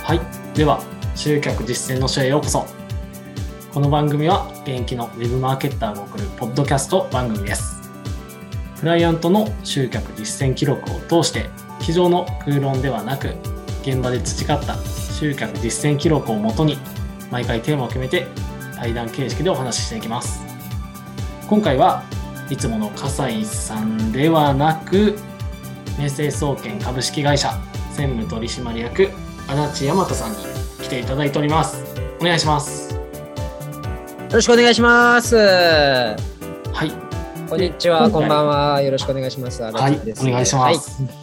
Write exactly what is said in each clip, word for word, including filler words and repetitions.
はい、では集客実践の書へようこそ。この番組は現役のウェブマーケッターが送るポッドキャスト番組です。クライアントの集客実践記録を通して机上の空論ではなく現場で培った集客実践記録をもとに毎回テーマを決めて対談形式でお話ししていきます。今回はいつもの笠井さんではなく明生総研株式会社専務取締役足立大和さんに来ていただいております。お願いします。 よろしくお願いします。はい、 こんにちは、こんばんは。よろしくお願いします。足立です。 はい、お願いします。はい、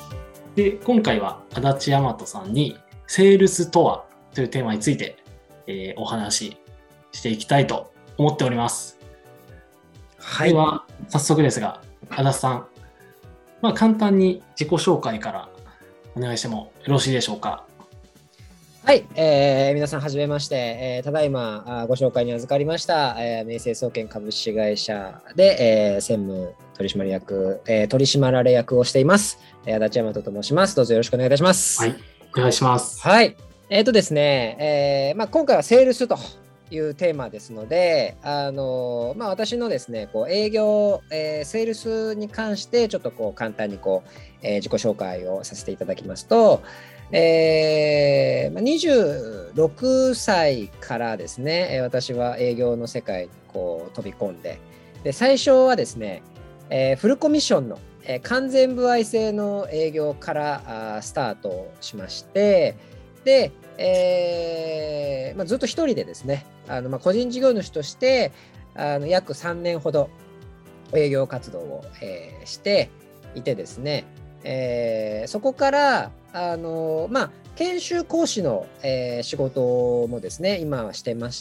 で今回は足立大和さんにセールスとはというテーマについて、えー、お話ししていきたいと思っております。はい、では早速ですが足立さん、まあ、簡単に自己紹介からお願いしてもよろしいでしょうか。 はい、えー、皆さんはじめまして、えー、ただいまご紹介に預かりました、えー、明生総研株式会社で、えー、専務取締役、えー、取締られ役をしています、えー、足立大和と申します。どうぞよろしくお願いいたします。 はい、お願いします。 はい、えーとですね、えーまあ、今回はセールスというテーマですので、あのまあ、私のですねこう営業、えー、セールスに関してちょっとこう簡単にこう、えー、自己紹介をさせていただきますと、えー、にじゅうろくさいからですね私は営業の世界にこう飛び込んで、で最初はですね、えー、フルコミッションの、えー、完全歩合制の営業からあスタートしまして、で、えーまあ、ずっと一人でですねあの、まあ、個人事業主としてあの約さんねんほど営業活動を、えー、していてですね、えー、そこからあの、まあ、研修講師の、えー、仕事もですね今はしてまして、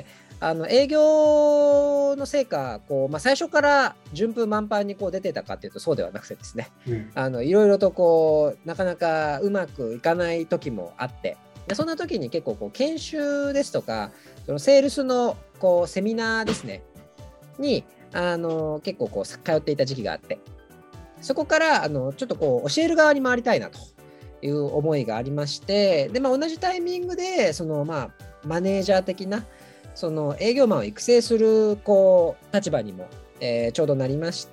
あの営業の成果こう、まあ、最初から順風満帆にこう出てたかというとそうではなくてですね、うん、あのいろいろとこうなかなかうまくいかない時もあって、でそんな時に結構こう研修ですとかそのセールスのこうセミナーですねにあの結構こう通っていた時期があって、そこからあのちょっとこう教える側に回りたいなという思いがありまして、で、まあ、同じタイミングでその、まあ、マネージャー的なその営業マンを育成するこう立場にも、えー、ちょうどなりまして、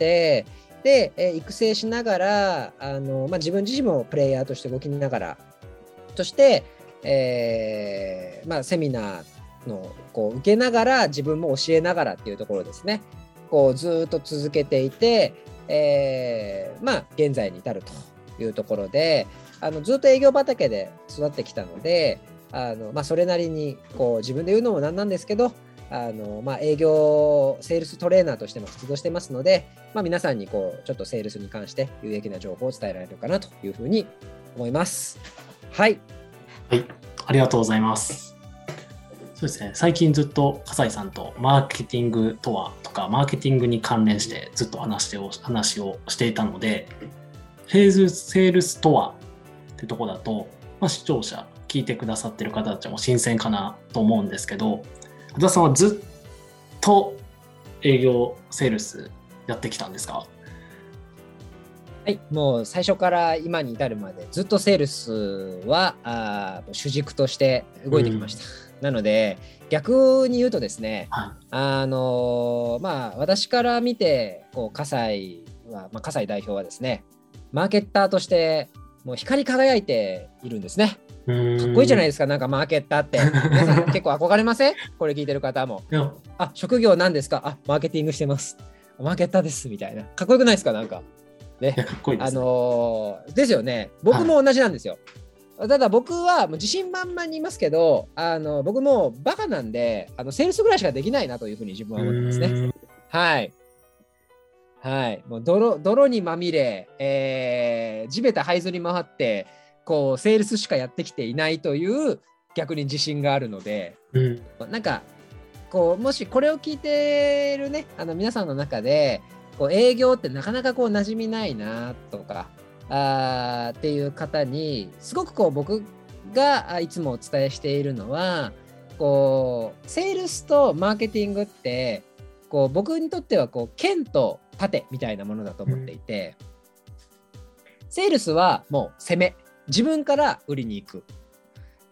で、えー、育成しながらあの、まあ、自分自身もプレイヤーとして動きながらとして、えーまあ、セミナーのこう受けながら自分も教えながらっていうところですねこうずっと続けていて、えーまあ、現在に至るというところで、あのずっと営業畑で育ってきたので、あの、まあ、それなりにこう自分で言うのもなんなんですけど、あの、まあ、営業セールストレーナーとしても活動してますので、まあ、皆さんにこうちょっとセールスに関して有益な情報を伝えられるかなというふうに思います。はい、 はい、ありがとうございます。そうですね、最近ずっと笠井さんとマーケティングとはとかマーケティングに関連してずっと話してお話をしていたので、セールス、セールスとはってとこだと、まあ、視聴者聞いてくださってる方たちも新鮮かなと思うんですけど、足立さんはずっと営業セールスやってきたんですか？ はい、もう最初から今に至るまでずっとセールスはあ主軸として動いてきました。うん、なので逆に言うとですね、はい、あのまあ私から見てこう笠井は、まあ、笠井代表はですね、マーケッターとしてもう光り輝いているんですね。かっこいいじゃないですか、なんかマーケッターって。皆さん結構憧れません？これ聞いてる方も。あ、職業なんですか？あ、マーケティングしてます。マーケッターですみたいな。かっこよくないですか？なんか。ね、 かっこいいですね。 あのー、ですよね。僕も同じなんですよ。はい、ただ僕はもう自信満々に言いますけど、あの僕もバカなんで、あのセールスぐらいしかできないなというふうに自分は思ってますね。はい。はい。もう 泥, 泥にまみれ、えー、地べた這いずり回って、こうセールスしかやってきていないという逆に自信があるので、うん、なんかこうもしこれを聞いてるね、あの皆さんの中でこう営業ってなかなかこう馴染みないなとかあっていう方にすごくこう僕がいつもお伝えしているのは、こうセールスとマーケティングってこう僕にとってはこう剣と盾みたいなものだと思っていて、うん、セールスはもう攻め、自分から売りに行く。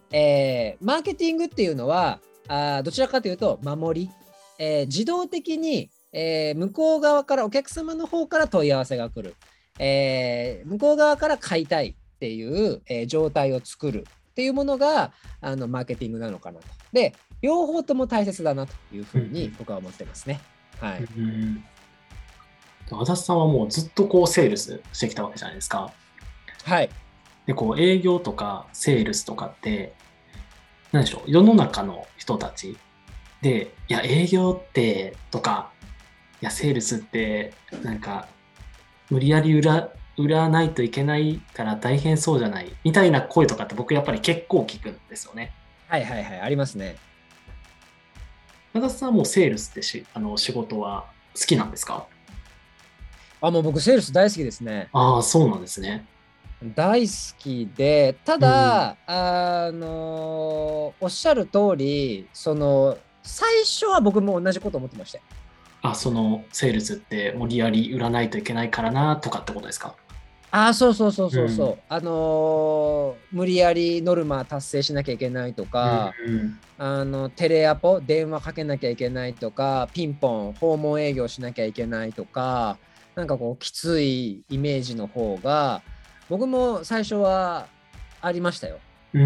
えー、マーケティングっていうのはあどちらかというと守り、えー、自動的に、えー、向こう側からお客様の方から問い合わせが来る、えー、向こう側から買いたいっていう、えー、状態を作るっていうものがあのマーケティングなのかなと。で両方とも大切だなというふうに僕は思ってますね。はい。 うん、足立さんはもうずっとこうセールスしてきたわけじゃないですか。 はい。 で、こう営業とかセールスとかって、何でしょう、世の中の人たちで、いや、営業ってとか、いや、セールスってなんか無理やり売ら、売らないといけないから大変そうじゃないみたいな声とかって僕やっぱり結構聞くんですよね。 はいはいはい、ありますね。 足立さんはもうセールスってしあの仕事は好きなんですか？ あ、もう僕セールス大好きですね。 ああ、そうなんですね。 大好きで、たうん、 だ、あのおっしゃる通り、その最初は僕も同じこと思ってました。 あ、そのセールスって無理やり売らないといけないからなとかってことですか？ あ、そうそうそううん、 そうそう。あのー無理やりノルマ達成しなきゃいけないとうん、 か、 うん、 あのテレアポ電話かけなきゃいけないとか、ピンポン訪問営業しなきゃいけないとか、なんかこうきついイメージの方が僕も最初はありましたよ。 うん、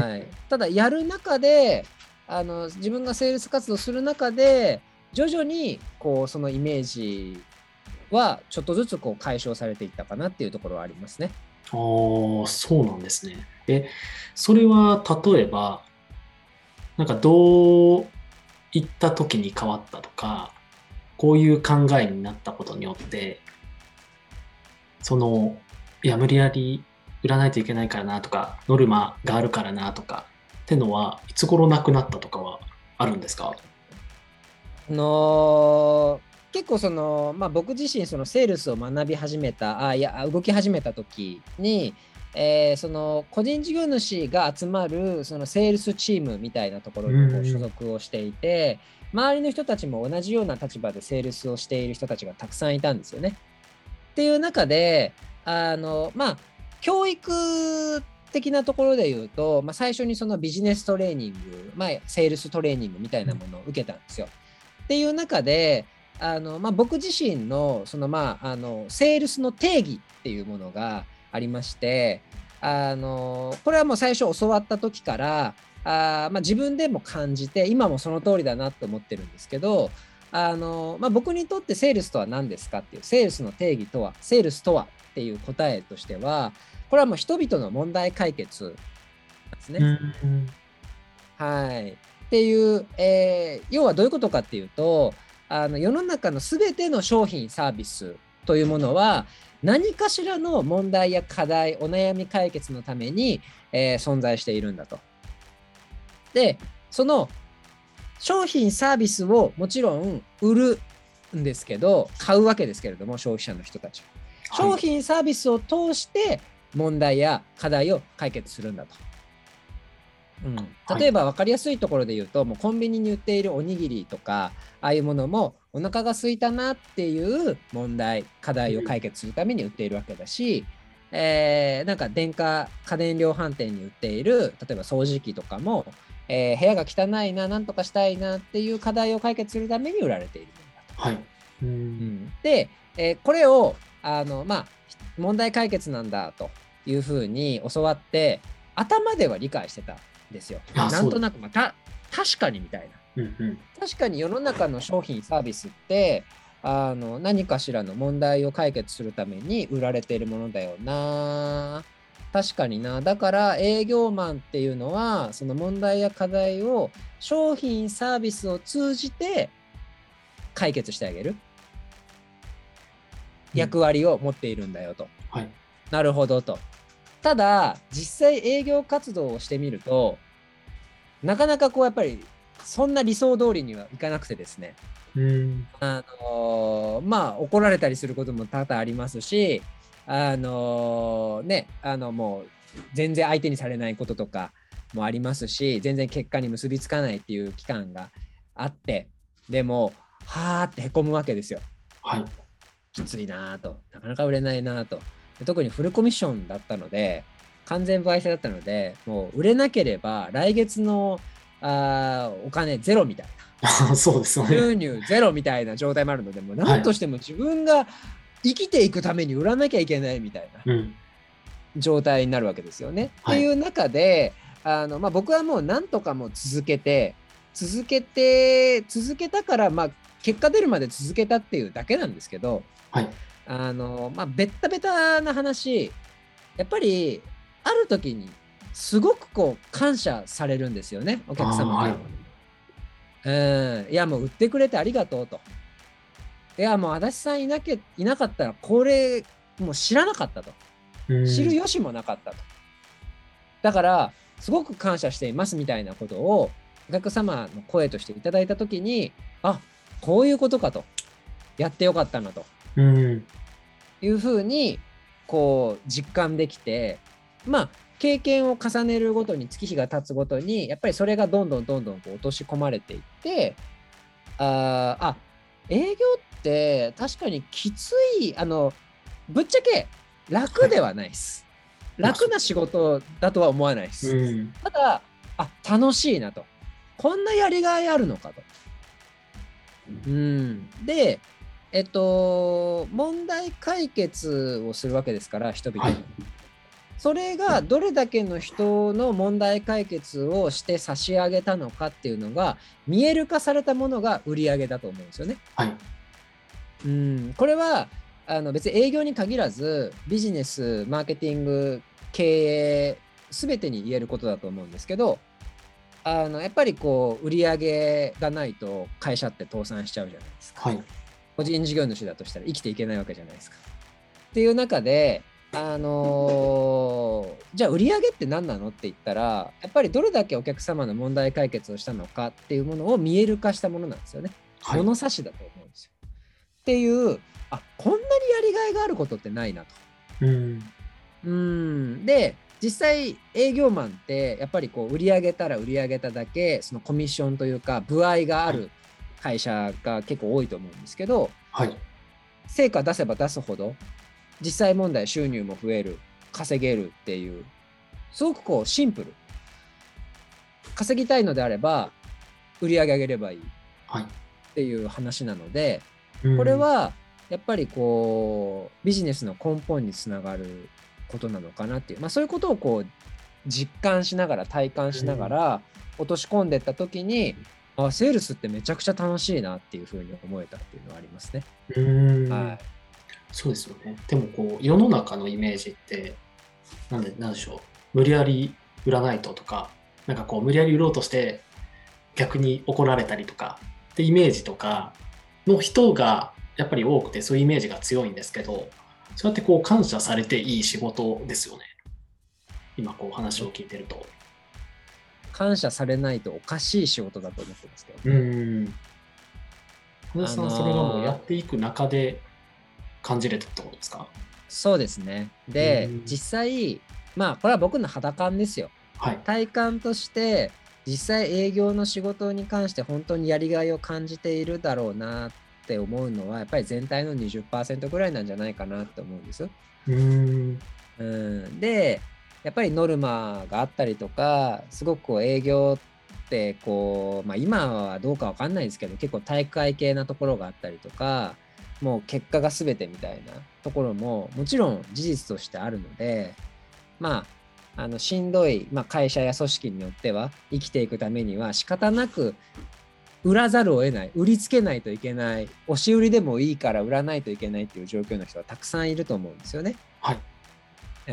はい。ただやる中で、あの自分がセールス活動する中で徐々にこうそのイメージはちょっとずつこう解消されていったかなっていうところはありますね。 ああ、そうなんですね。え、それは例えば、なんかどういった時に変わったとか、こういう考えになったことによって、その、いや、無理やり売らないといけないからなとか、ノルマがあるからなとか、ってのは、いつ頃なくなったとかはあるんですか？ あのー結構その、まあ、僕自身そのセールスを学び始めたあいや動き始めた時に、えーその個人事業主が集まるそのセールスチームみたいなところうにこう所ん、 属をしていて、周りの人たちも同じような立場でセールスをしている人たちがたくさんいたんですよね。っていう中であのまあ教育的なところで言うと、まあ、最初にそのビジネストレーニング、まあ、セールストレーニングみたいなものを受けたんですよ。っていう中であの、まあ、僕自身のその、まあ、あのセールスの定義っていうものがありまして、あのこれはもう最初教わった時からあ、まあ、自分でも感じて今もその通りだなと思ってるんですけど、あの、まあ、僕にとってセールスとは何ですかっていうセールスの定義とはセールスとはっていう答えとしては、これはもう人々の問題解決なんですね。 うん、 はい。っていう、えー要はどういうことかっていうと、あの世の中のすべての商品サービスというものは何かしらの問題や課題お悩み解決のために、えー存在しているんだと。でその商品サービスをもちろん売るんですけど、買うわけですけれども、消費者の人たちははい。 商品サービスを通して問題や課題を解決するんだと。うん、 はい。 例えば分かりやすいところで言うと、もうコンビニに売っているおにぎりとかああいうものもお腹が空いたなっていう問題課題を解決するために売っているわけだし、えーなんか電化家電量販店に売っている例えば掃除機とかも、えー部屋が汚いな、なんとかしたいなっていう課題を解決するために売られているものだと。 はい。ううん。 ん、で、えーこれをあの、まあ、問題解決なんだというふうに教わって頭では理解してたんですよ。 あ、 なんとそうです。 なく、まあ、た確かにみたいな。 うん、うん。 確かに世の中の商品サービスってあの何かしらの問題を解決するために売られているものだよな。確かにな。だから営業マンっていうのはその問題や課題を商品サービスを通じて解決してあげるうん、 役割を持っているんだよと。 はい。 なるほどと。ただ実際営業活動をしてみるとなかなかこうやっぱりそんな理想通りにはいかなくてですね、 うん。 あのーまあ怒られたりすることも多々ありますし、あのーねあのもう全然相手にされないこととかもありますし、全然結果に結びつかないっていう期間があって、でもはーってへこむわけですよ。 はい。 きついなと、なかなか売れないなと。特にフルコミッションだったので完全歩合制だったので、もう売れなければ来月のあお金ゼロみたいな。そうですよね。 収入ゼロみたいな状態もあるので、もう何としても自分が生きていくために売らなきゃいけないみたいな状態になるわけですよね。はい、っていう中で、あのまあ、僕はもう何とかも続けて、続けて、続けたから、まあ、結果出るまで続けたっていうだけなんですけど、 はい、 あのまあ、ベッタベタな話、やっぱりある時にすごくこう感謝されるんですよね、お客様に。はい、うん、いやもう売ってくれてありがとうと。いやもう足立さんいなきゃいなかったらこれもう知らなかったと。知る由もなかったと。だからすごく感謝していますみたいなことをお客様の声としていただいたときに、あ、こういうことかと。やってよかったなと。いうふうにこう実感できて、まあ経験を重ねるごとに月日が経つごとにやっぱりそれがどんどんどんどんこう落とし込まれていって、ああ営業って確かにきつい、あのぶっちゃけ楽ではないです、はい、楽な仕事だとは思わないです、うん、ただあ楽しいなと、こんなやりがいあるのかと、うん、でえっと問題解決をするわけですから人々に、はい、それがどれだけの人の問題解決をして差し上げたのかっていうのが見える化されたものが売り上げだと思うんですよね。 はい、 うん、これはあの別に営業に限らずビジネス、マーケティング、経営全てに言えることだと思うんですけど、あのやっぱりこう売り上げがないと会社って倒産しちゃうじゃないですか。 はい、 個人事業主だとしたら生きていけないわけじゃないですか。っていう中であのー、じゃあ売り上げって何なのって言ったらやっぱりどれだけお客様の問題解決をしたのかっていうものを見える化したものなんですよね。はい、物差しだと思うんですよ。っていうあこんなにやりがいがあることってないなと。 うんうんで実際営業マンってやっぱりこう売り上げたら売り上げただけそのコミッションというか歩合がある会社が結構多いと思うんですけど、 はい、 成果出せば出すほど実際問題収入も増える、稼げるっていうすごくこうシンプル、稼ぎたいのであれば売り上げ上げればいいっていう話なので、はい、これはやっぱりこうビジネスの根本につながることなのかなっていう、まあ、そういうことをこう実感しながら体感しながら落とし込んでいった時に、あセールスってめちゃくちゃ楽しいなっていうふうに思えたっていうのはありますね。 うーん、はい、そうですよね。でもこう世の中のイメージってなんでなんでしょう、無理やり売らないととか、なんかこう無理やり売ろうとして逆に怒られたりとかってイメージとかの人がやっぱり多くて、そういうイメージが強いんですけど、そうやってこう感謝されていい仕事ですよね。今こう話を聞いてると。 感謝されないとおかしい仕事だと思ってますけど、 ね。うん。羽田さん、あのー、それがもうやっていく中で感じれたってことですか？ そうですね。で、実際、まあこれは僕の肌感ですよ。 はい、 体感として実際営業の仕事に関して本当にやりがいを感じているだろうなって思うのはやっぱり全体の にじゅっパーセント ぐらいなんじゃないかなって思うんです。 うーんうんでやっぱりノルマがあったりとかすごくこう営業ってこう、まあ、今はどうかわかんないですけど結構体育会系なところがあったりとかもう結果が全てみたいなところももちろん事実としてあるので、まああのしんどい、まあ、会社や組織によっては生きていくためには仕方なく売らざるを得ない、売りつけないといけない、押し売りでもいいから売らないといけないっていう状況の人はたくさんいると思うんですよね。 はい。 うん、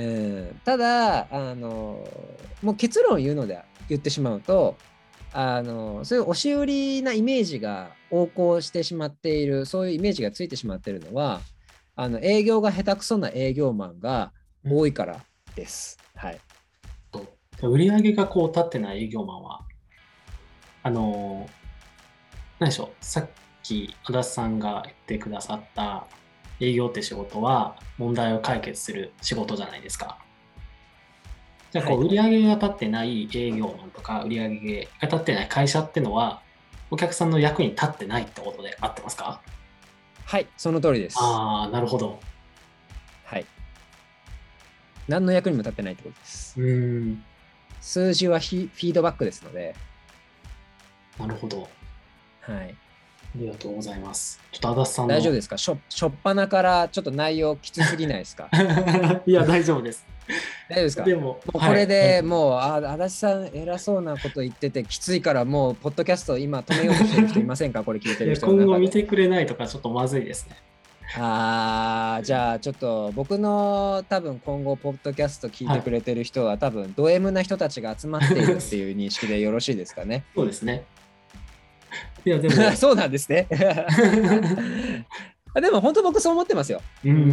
ただあのもう結論を言うので言ってしまうとあのそういう押し売りなイメージが横行してしまっている、そういうイメージがついてしまっているのはあの営業が下手くそな営業マンが多いからです。うん、はい。 売り上げがこう立ってない営業マンはあの何でしょう、さっき足立さんが言ってくださった営業って仕事は問題を解決する仕事じゃないですか。じゃあこう売り上げが立ってない営業マンとか売り上げが立ってない会社ってのはお客さんの役に立ってないってことで合ってますか？ はい、その通りです。 ああ、なるほど。 はい。 何の役にも立ってないってことです。 うん。 数字はフィードバックですので。 なるほど。 はい。 ありがとうございます。ちょっと足立さんの。 大丈夫ですか？しょ、しょっぱなからちょっと内容きつすぎないですか？ いや、大丈夫です。 大丈夫ですか？ でも、 もうこれで、 はい、 もう、あ、足立さん偉そうなこと言っててきついから、もう、ポッドキャスト今止めようとしてる人いませんか？これ聞いてる人の中で。 今後見てくれないとかちょっとまずいですね。 あー、じゃあちょっと僕の多分今後ポッドキャスト聞いてくれてる人は、はい、多分ド M な人たちが集まっているっていう認識でよろしいですかね。 そうですね。いやでもそうなんですね。でも本当僕そう思ってますよ。 うん、うん、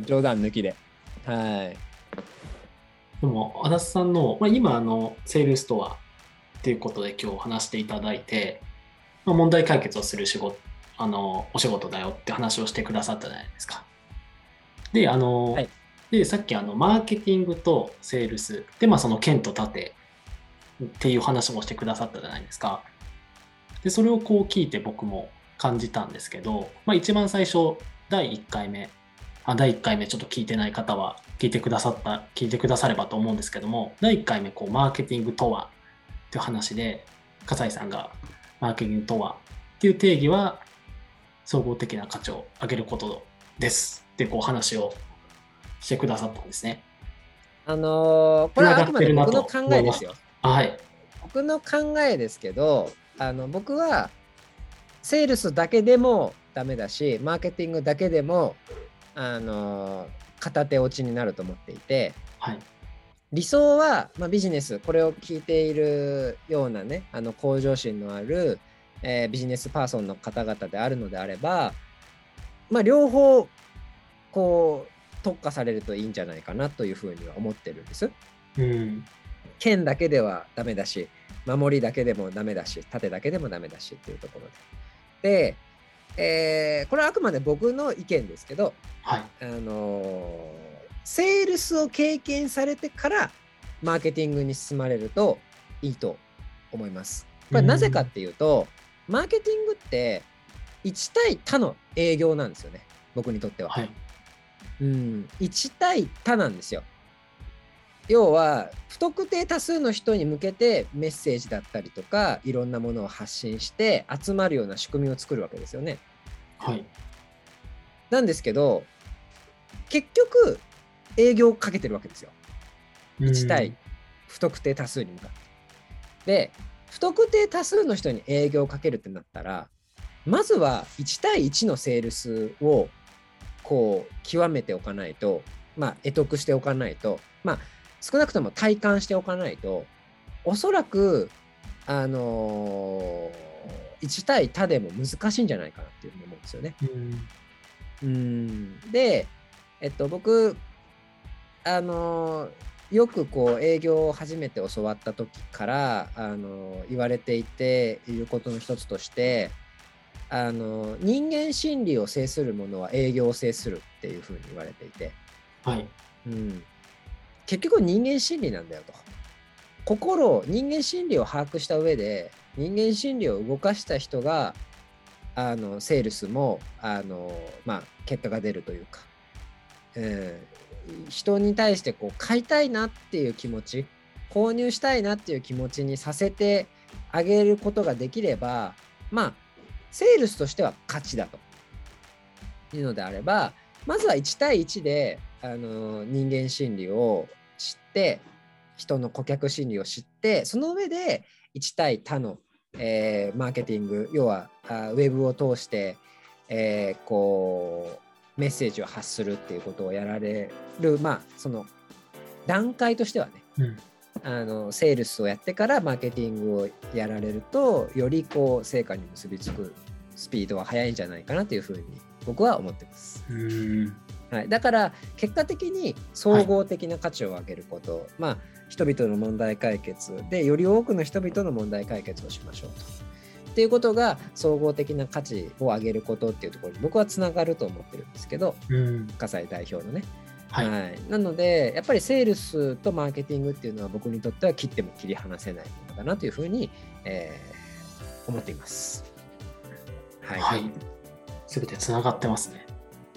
冗談抜きで。はい。 でも足立さんの、まあ、今あのセールストアっていうことで今日話していただいて、まあ、問題解決をする仕事あのお仕事だよって話をしてくださったじゃないですか。で、あの、はい、でさっきあのマーケティングとセールスで、まあ、その剣と盾っていう話もしてくださったじゃないですか。でそれをこう聞いて僕も感じたんですけど、まあ、一番最初だいいっかいめあだいいっかいめちょっと聞いてない方は聞いてくださった聞いてくださればと思うんですけども、だいいっかいめこうマーケティングとはっていう話で、笠井さんがマーケティングとはっていう定義は総合的な価値を上げることですってこう話をしてくださったんですね。 あのー、これはあくまで僕の考えですよ。 はい。 僕の考えですけど、あの僕はセールスだけでもダメだし、マーケティングだけでもあのー、片手落ちになると思っていて、 はい、 理想は、まあ、ビジネスこれを聞いているようなね、あの向上心のあるえー、ビジネスパーソンの方々であるのであれば、まあ、両方こう特化されるといいんじゃないかなというふうには思ってるんです。 うん、 剣だけではダメだし、守りだけでもダメだし、盾だけでもダメだしっていうところで。で、えー、これはあくまで僕の意見ですけど、 はい、 あのー、セールスを経験されてからマーケティングに進まれるといいと思います。これなぜかっていうと、うん、マーケティングっていち対他の営業なんですよね、僕にとっては。 はい、 うん、いち対他なんですよ。要は不特定多数の人に向けてメッセージだったりとかいろんなものを発信して集まるような仕組みを作るわけですよね。 はい。 なんですけど結局営業をかけてるわけですよ。いち対不特定多数に向かって。で、不特定多数の人に営業をかけるってなったら、まずはいち対いちのセールスをこう極めておかないと、まあ得得しておかないと、まあ少なくとも体感しておかないと、おそらくあのー、いち対他でも難しいんじゃないかなっていうふうに思うんですよね。うんうんで、えっと僕あのーよくこう営業を初めて教わった時からあの言われていていることの一つとしてあの人間心理を制するものは営業を制するっていうふうに言われていて、 はいうん、結局人間心理なんだよと。心人間心理を把握した上で人間心理を動かした人があのセールスもあの、まあ、結果が出るというか、えー人に対してこう買いたいなっていう気持ち、購入したいなっていう気持ちにさせてあげることができれば、まあセールスとしては勝ちだというのであれば、まずはいち対いちであの人間心理を知って、人の顧客心理を知って、その上でいち対他の、えー、マーケティング、要はあウェブを通して、えー、こうメッセージを発するっていうことをやられる、まあその段階としてはね、うん、あのセールスをやってからマーケティングをやられるとよりこう成果に結びつくスピードは速いんじゃないかなというふうに僕は思ってます。うん、はい、だから結果的に総合的な価値を上げること、はい、まあ人々の問題解決でより多くの人々の問題解決をしましょうと。っていうことが総合的な価値を上げることっていうところに僕はつながると思ってるんですけど、うん、笠井代表のね、はいはい、なのでやっぱりセールスとマーケティングっていうのは僕にとっては切っても切り離せないものだなというふうに、えー、思っています。 はい、はい、全てつながってますね。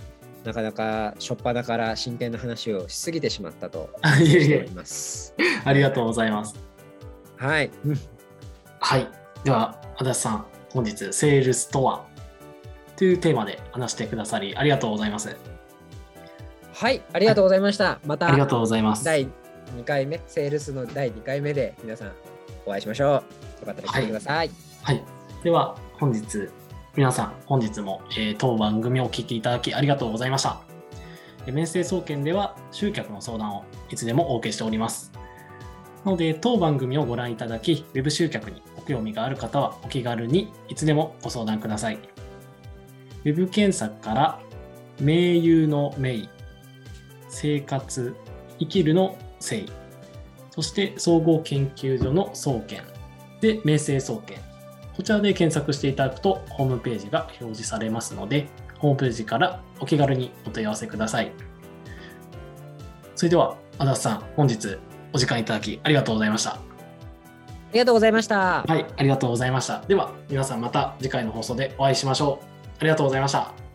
なかなか初っ端から真剣な話をしすぎてしまったとあいえいえしております。 ありがとうございます。 はい。 はい。では、足立さん、本日、セールスとはというテーマで話してくださり、ありがとうございます。 はい、ありがとうございました。また、 ありがとうございます。 だいにかいめ、セールスのだいにかいめで皆さんお会いしましょう。よかったら来てください。 はい。はい、では、本日、皆さん、本日も、えー、当番組をお聞きいただきありがとうございました。面接総研では、集客の相談をいつでもお受けしております。なので、当番組をご覧いただき、ウェブ集客にご興味がある方は、お気軽にいつでもご相談ください。ウェブ検索から、盟友の盟、生活、生きるの生、そして総合研究所の総研で、明星総研。こちらで検索していただくと、ホームページが表示されますので、ホームページからお気軽にお問い合わせください。それでは、足立さん、本日お時間いただきありがとうございました。 ありがとうございました。 はい、ありがとうございました。では、皆さんまた次回の放送でお会いしましょう。ありがとうございました。